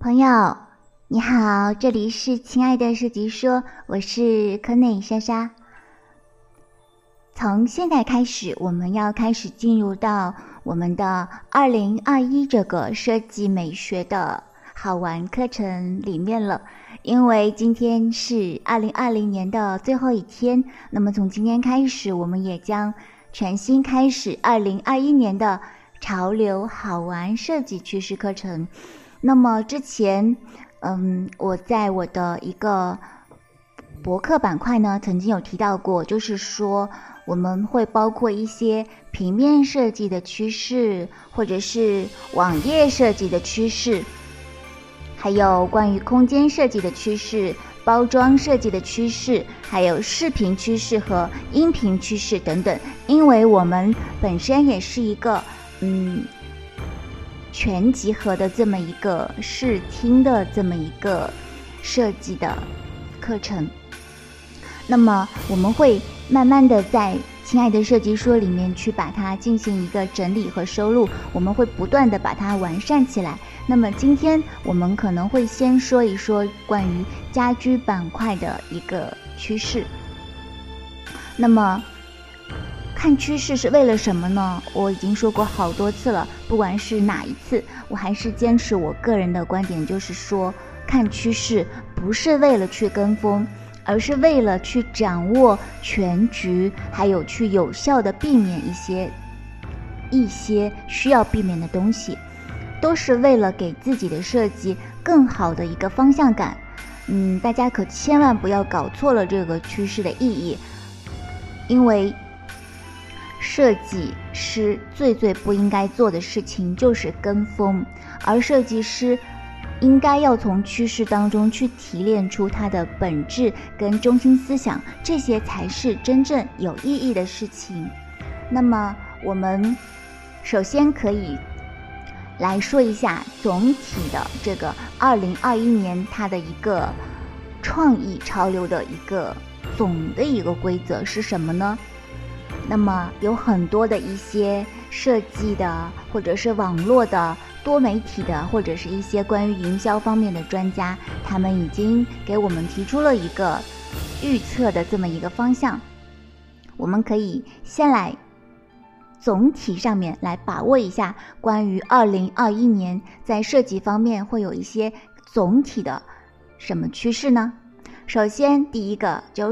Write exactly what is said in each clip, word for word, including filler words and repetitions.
朋友你好，这里是亲爱的设计说，我是柯内莎莎。从现在开始，我们要开始进入到我们的二零二一这个设计美学的好玩课程里面了。因为今天是二零二零年的最后一天，那么从今天开始，我们也将全新开始二零二一年的潮流好玩设计趋势课程。那么之前嗯，我在我的一个博客板块呢曾经有提到过，就是说我们会包括一些平面设计的趋势，或者是网页设计的趋势，还有关于空间设计的趋势，包装设计的趋势，还有视频趋势和音频趋势等等。因为我们本身也是一个嗯全集合的这么一个视听的这么一个设计的课程，那么我们会慢慢的在亲爱的设计说里面去把它进行一个整理和收录，我们会不断的把它完善起来。那么今天我们可能会先说一说关于家居板块的一个趋势。那么看趋势是为了什么呢？我已经说过好多次了，不管是哪一次，我还是坚持我个人的观点，就是说看趋势不是为了去跟风，而是为了去掌握全局，还有去有效的避免一些一些需要避免的东西，都是为了给自己的设计更好的一个方向感。嗯，大家可千万不要搞错了这个趋势的意义，因为设计师最最不应该做的事情就是跟风，而设计师应该要从趋势当中去提炼出它的本质跟中心思想，这些才是真正有意义的事情。那么我们首先可以来说一下总体的这个二零二一年它的一个创意潮流的一个总的一个规则是什么呢？那么有很多的一些设计的，或者是网络的，多媒体的，或者是一些关于营销方面的专家，他们已经给我们提出了一个预测的这么一个方向。我们可以先来总体上面来把握一下关于二零二一年在设计方面会有一些总体的什么趋势呢？首先第一个就是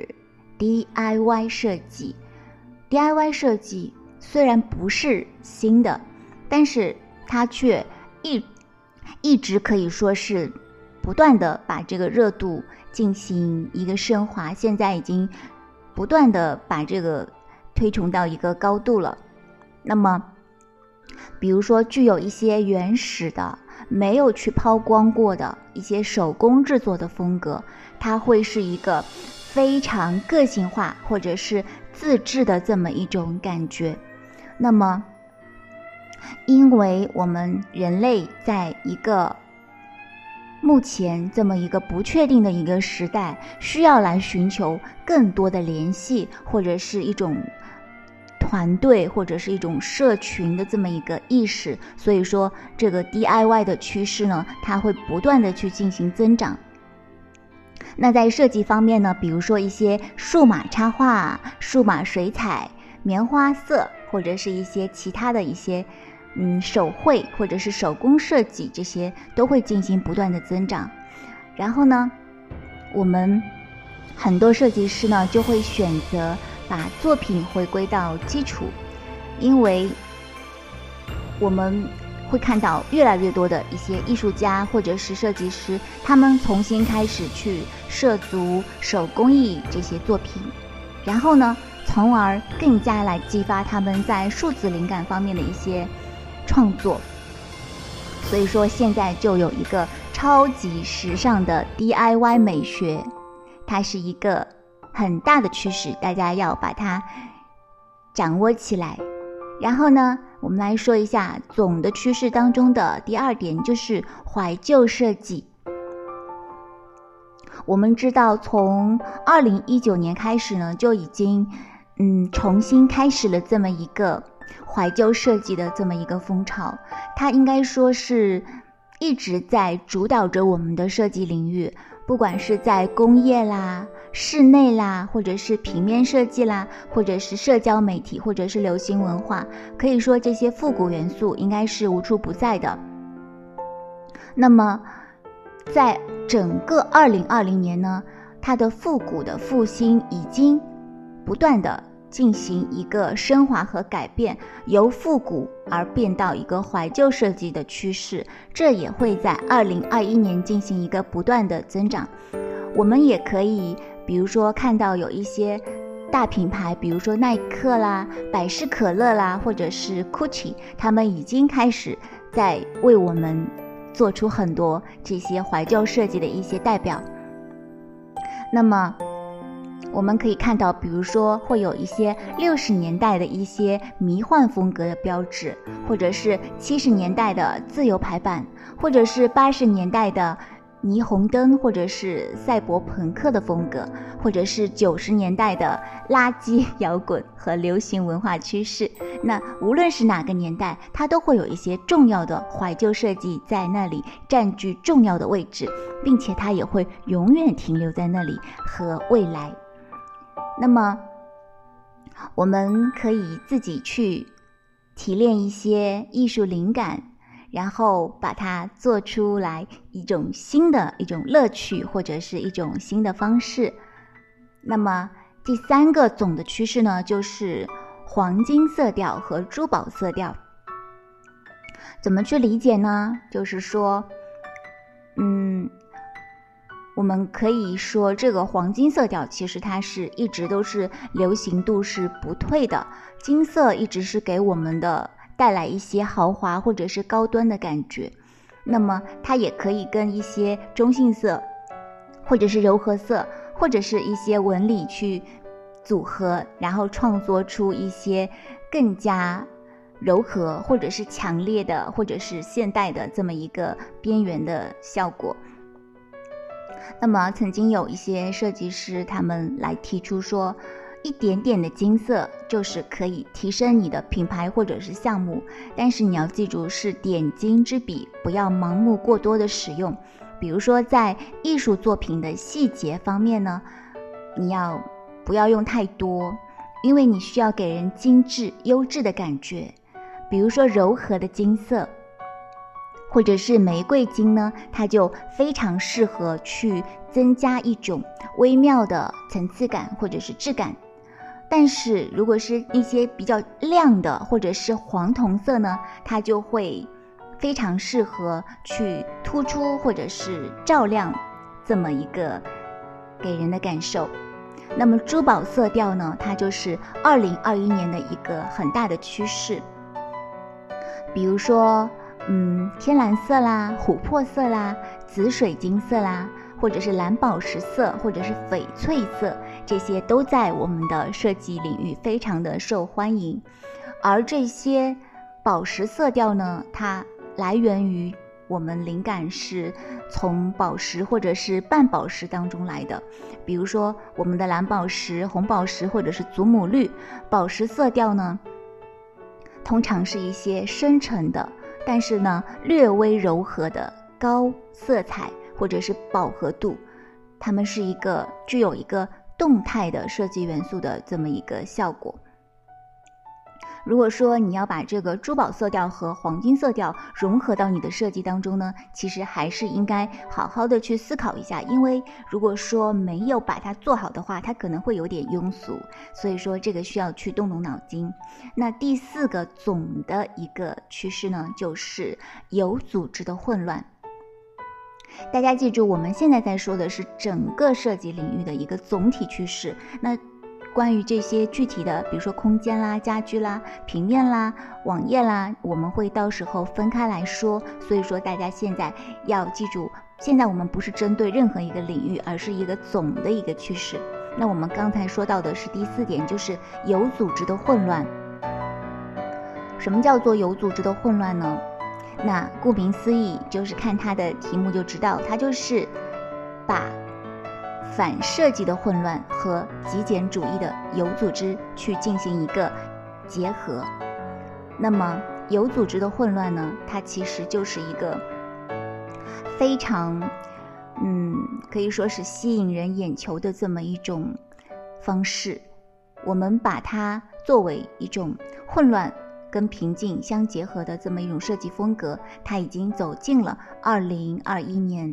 D I Y 设计。D I Y 设计虽然不是新的，但是它却一一直可以说是不断的把这个热度进行一个升华，现在已经不断的把这个推崇到一个高度了。那么比如说具有一些原始的没有去抛光过的一些手工制作的风格，它会是一个非常个性化或者是自制的这么一种感觉。那么因为我们人类在一个目前这么一个不确定的一个时代，需要来寻求更多的联系，或者是一种团队，或者是一种社群的这么一个意识，所以说这个 D I Y 的趋势呢，它会不断的去进行增长。那在设计方面呢，比如说一些数码插画、数码水彩、棉花色，或者是一些其他的一些嗯手绘或者是手工设计，这些都会进行不断的增长。然后呢，我们很多设计师呢就会选择把作品回归到基础，因为我们会看到越来越多的一些艺术家或者是设计师，他们重新开始去涉足手工艺这些作品，然后呢从而更加来激发他们在数字灵感方面的一些创作。所以说现在就有一个超级时尚的 D I Y 美学，它是一个很大的趋势，大家要把它掌握起来。然后呢，我们来说一下总的趋势当中的第二点，就是怀旧设计。我们知道从二零一九年开始呢，就已经嗯重新开始了这么一个怀旧设计的这么一个风潮，它应该说是一直在主导着我们的设计领域，不管是在工业啦、室内啦，或者是平面设计啦，或者是社交媒体，或者是流行文化，可以说这些复古元素应该是无处不在的。那么在整个二零二零年呢，它的复古的复兴已经不断的进行一个升华和改变，由复古而变到一个怀旧设计的趋势，这也会在二零二一年进行一个不断的增长。我们也可以比如说看到有一些大品牌，比如说耐克啦、百事可乐啦，或者是 Gucci， 他们已经开始在为我们做出很多这些怀旧设计的一些代表。那么我们可以看到，比如说会有一些六十年代的一些迷幻风格的标志，或者是七十年代的自由排版，或者是八十年代的霓虹灯，或者是赛博朋克的风格，或者是九十年代的垃圾摇滚和流行文化趋势。那无论是哪个年代，它都会有一些重要的怀旧设计在那里占据重要的位置，并且它也会永远停留在那里和未来。那么我们可以自己去提炼一些艺术灵感，然后把它做出来一种新的一种乐趣，或者是一种新的方式。那么第三个总的趋势呢，就是黄金色调和珠宝色调。怎么去理解呢？就是说嗯我们可以说这个黄金色调其实它是一直都是流行度是不退的，金色一直是给我们的带来一些豪华或者是高端的感觉，那么它也可以跟一些中性色或者是柔和色或者是一些纹理去组合，然后创作出一些更加柔和或者是强烈的或者是现代的这么一个边缘的效果。那么曾经有一些设计师他们来提出说，一点点的金色就是可以提升你的品牌或者是项目，但是你要记住是点睛之笔，不要盲目过多的使用。比如说在艺术作品的细节方面呢，你要不要用太多，因为你需要给人精致优质的感觉。比如说柔和的金色或者是玫瑰金呢，它就非常适合去增加一种微妙的层次感或者是质感。但是如果是一些比较亮的或者是黄铜色呢，它就会非常适合去突出或者是照亮这么一个给人的感受。那么珠宝色调呢，它就是二零二一年的一个很大的趋势。比如说嗯，天蓝色啦、琥珀色啦、紫水晶色啦，或者是蓝宝石色，或者是翡翠色，这些都在我们的设计领域非常的受欢迎。而这些宝石色调呢，它来源于我们灵感是从宝石或者是半宝石当中来的。比如说我们的蓝宝石、红宝石或者是祖母绿，宝石色调呢，通常是一些深沉的但是呢略微柔和的高色彩或者是饱和度，它们是一个具有一个动态的设计元素的这么一个效果。如果说你要把这个珠宝色调和黄金色调融合到你的设计当中呢，其实还是应该好好的去思考一下，因为如果说没有把它做好的话，它可能会有点庸俗，所以说这个需要去动动脑筋。那第四个总的一个趋势呢，就是有组织的混乱。大家记住，我们现在在说的是整个设计领域的一个总体趋势。那关于这些具体的，比如说空间啦、家居啦、平面啦、网页啦，我们会到时候分开来说。所以说大家现在要记住，现在我们不是针对任何一个领域，而是一个总的一个趋势。那我们刚才说到的是第四点，就是有组织的混乱。什么叫做有组织的混乱呢？那顾名思义，就是看它的题目就知道，它就是把反设计的混乱和极简主义的有组织去进行一个结合。那么有组织的混乱呢，它其实就是一个非常嗯，可以说是吸引人眼球的这么一种方式。我们把它作为一种混乱跟平静相结合的这么一种设计风格，它已经走进了二零二一年。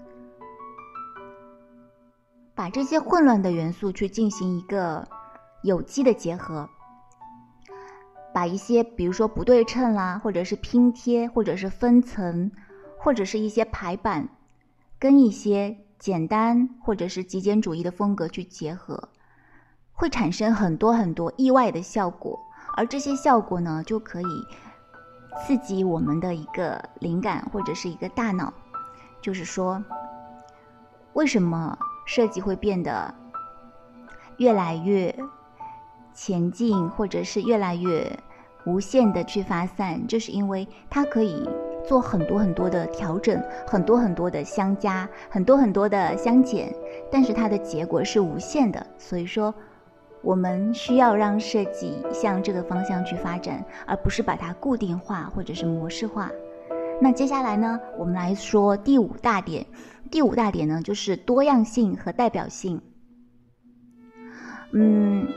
把这些混乱的元素去进行一个有机的结合，把一些比如说不对称啦，或者是拼贴，或者是分层，或者是一些排版，跟一些简单或者是极简主义的风格去结合，会产生很多很多意外的效果。而这些效果呢，就可以刺激我们的一个灵感或者是一个大脑。就是说，为什么设计会变得越来越前进，或者是越来越无限的去发散，就是因为它可以做很多很多的调整，很多很多的相加，很多很多的相减，但是它的结果是无限的。所以说我们需要让设计向这个方向去发展，而不是把它固定化或者是模式化。那接下来呢，我们来说第五大点。第五大点呢，就是多样性和代表性。嗯，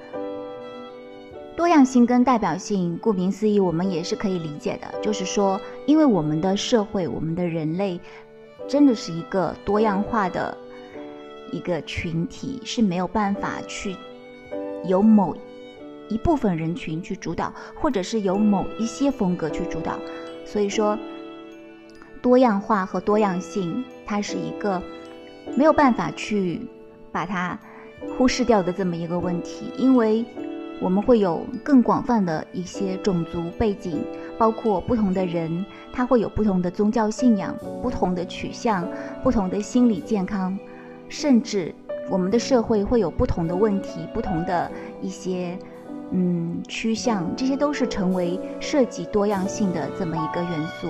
多样性跟代表性，顾名思义，我们也是可以理解的。就是说，因为我们的社会，我们的人类，真的是一个多样化的一个群体，是没有办法去由某一部分人群去主导，或者是由某一些风格去主导。所以说，多样化和多样性，它是一个没有办法去把它忽视掉的这么一个问题，因为我们会有更广泛的一些种族背景，包括不同的人，他会有不同的宗教信仰，不同的取向，不同的心理健康，甚至我们的社会会有不同的问题，不同的一些嗯趋向，这些都是成为涉及多样性的这么一个元素。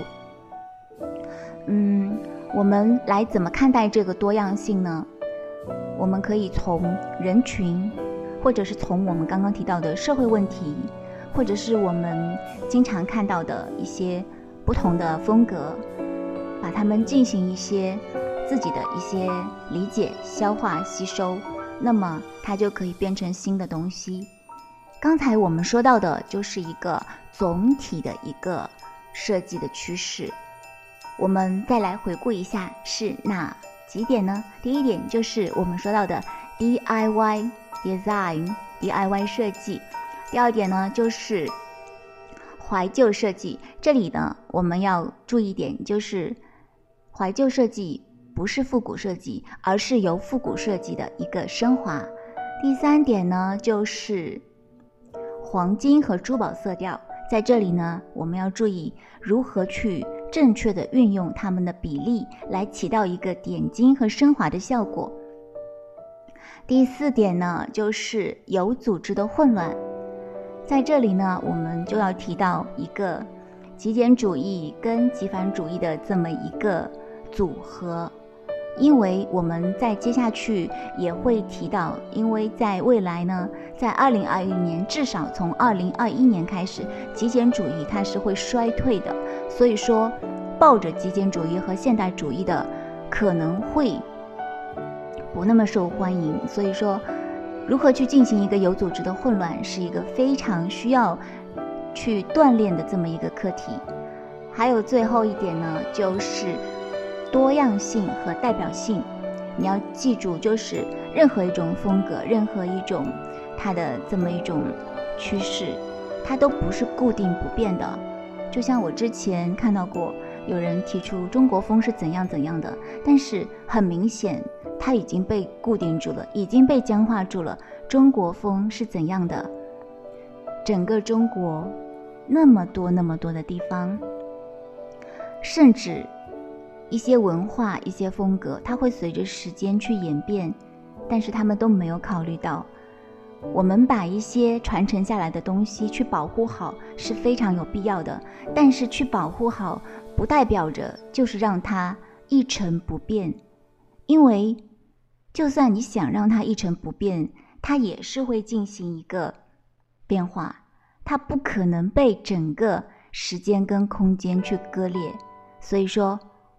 嗯，我们来怎么看待这个多样性呢？我们可以从人群，或者是从我们刚刚提到的社会问题，或者是我们经常看到的一些不同的风格，把它们进行一些自己的一些理解、消化、吸收，那么它就可以变成新的东西。刚才我们说到的就是一个总体的一个设计的趋势。我们再来回顾一下是哪几点呢？第一点就是我们说到的 D I Y Design D I Y 设计。第二点呢就是怀旧设计。这里呢我们要注意一点，就是怀旧设计不是复古设计，而是由复古设计的一个升华。第三点呢就是黄金和珠宝色调。在这里呢我们要注意如何去正确的运用它们的比例，来起到一个点睛和升华的效果。第四点呢就是有组织的混乱。在这里呢我们就要提到一个极简主义跟极繁主义的这么一个组合，因为我们在接下去也会提到，因为在未来呢，在二零二一年，至少从二零二一年开始，极简主义它是会衰退的，所以说抱着极简主义和现代主义的可能会不那么受欢迎。所以说如何去进行一个有组织的混乱，是一个非常需要去锻炼的这么一个课题。还有最后一点呢，就是多样性和代表性。你要记住，就是任何一种风格，任何一种它的这么一种趋势，它都不是固定不变的。就像我之前看到过有人提出中国风是怎样怎样的，但是很明显它已经被固定住了，已经被僵化住了。中国风是怎样的？整个中国那么多那么多的地方，甚至一些文化、一些风格，它会随着时间去演变，但是他们都没有考虑到，我们把一些传承下来的东西去保护好是非常有必要的，但是去保护好不代表着就是让它一成不变，因为就算你想让它一成不变，它也是会进行一个变化，它不可能被整个时间跟空间去割裂。所以说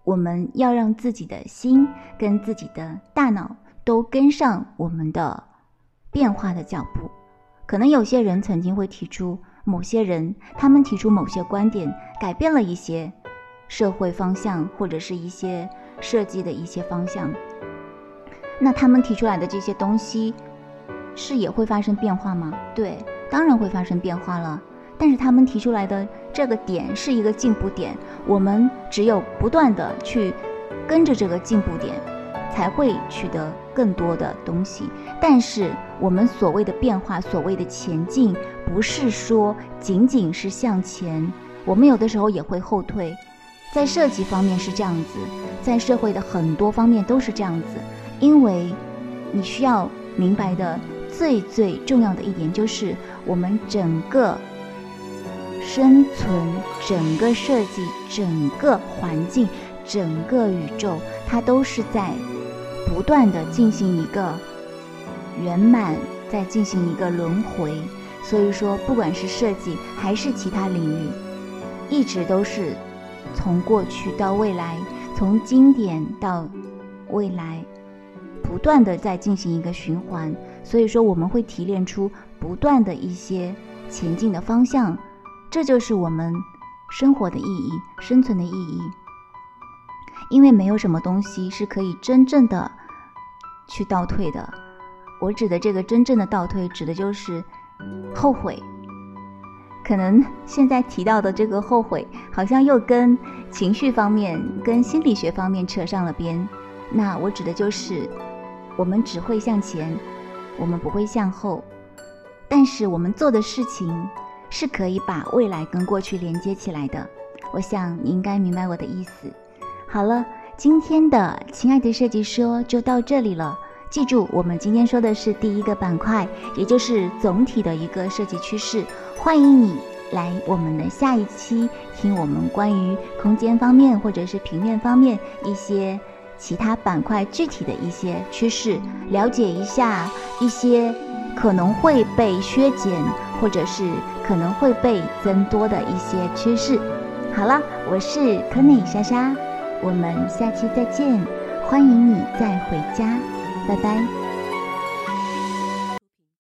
我们要让自己的心跟自己的大脑都跟上我们的变化的脚步。可能有些人曾经会提出，某些人他们提出某些观点，改变了一些社会方向或者是一些设计的一些方向，那他们提出来的这些东西是也会发生变化吗？对，当然会发生变化了。但是他们提出来的这个点是一个进步点，我们只有不断的去跟着这个进步点，才会取得更多的东西。但是我们所谓的变化，所谓的前进，不是说仅仅是向前，我们有的时候也会后退。在设计方面是这样子，在社会的很多方面都是这样子。因为你需要明白的最最重要的一点，就是我们整个生存、整个设计、整个环境、整个宇宙，它都是在不断的进行一个圆满，在进行一个轮回。所以说不管是设计还是其他领域，一直都是从过去到未来，从经典到未来，不断的在进行一个循环。所以说我们会提炼出不断的一些前进的方向，这就是我们生活的意义，生存的意义。因为没有什么东西是可以真正的去倒退的。我指的这个真正的倒退，指的就是后悔。可能现在提到的这个后悔，好像又跟情绪方面、跟心理学方面扯上了边。那我指的就是我们只会向前，我们不会向后。但是我们做的事情是可以把未来跟过去连接起来的。我想你应该明白我的意思。好了，今天的亲爱的设计说就到这里了。记住，我们今天说的是第一个板块，也就是总体的一个设计趋势。欢迎你来我们的下一期听我们关于空间方面或者是平面方面一些其他板块具体的一些趋势，了解一下一些可能会被削减或者是可能会被增多的一些趋势。好了，我是柯内莎莎，我们下期再见，欢迎你再回家，拜拜。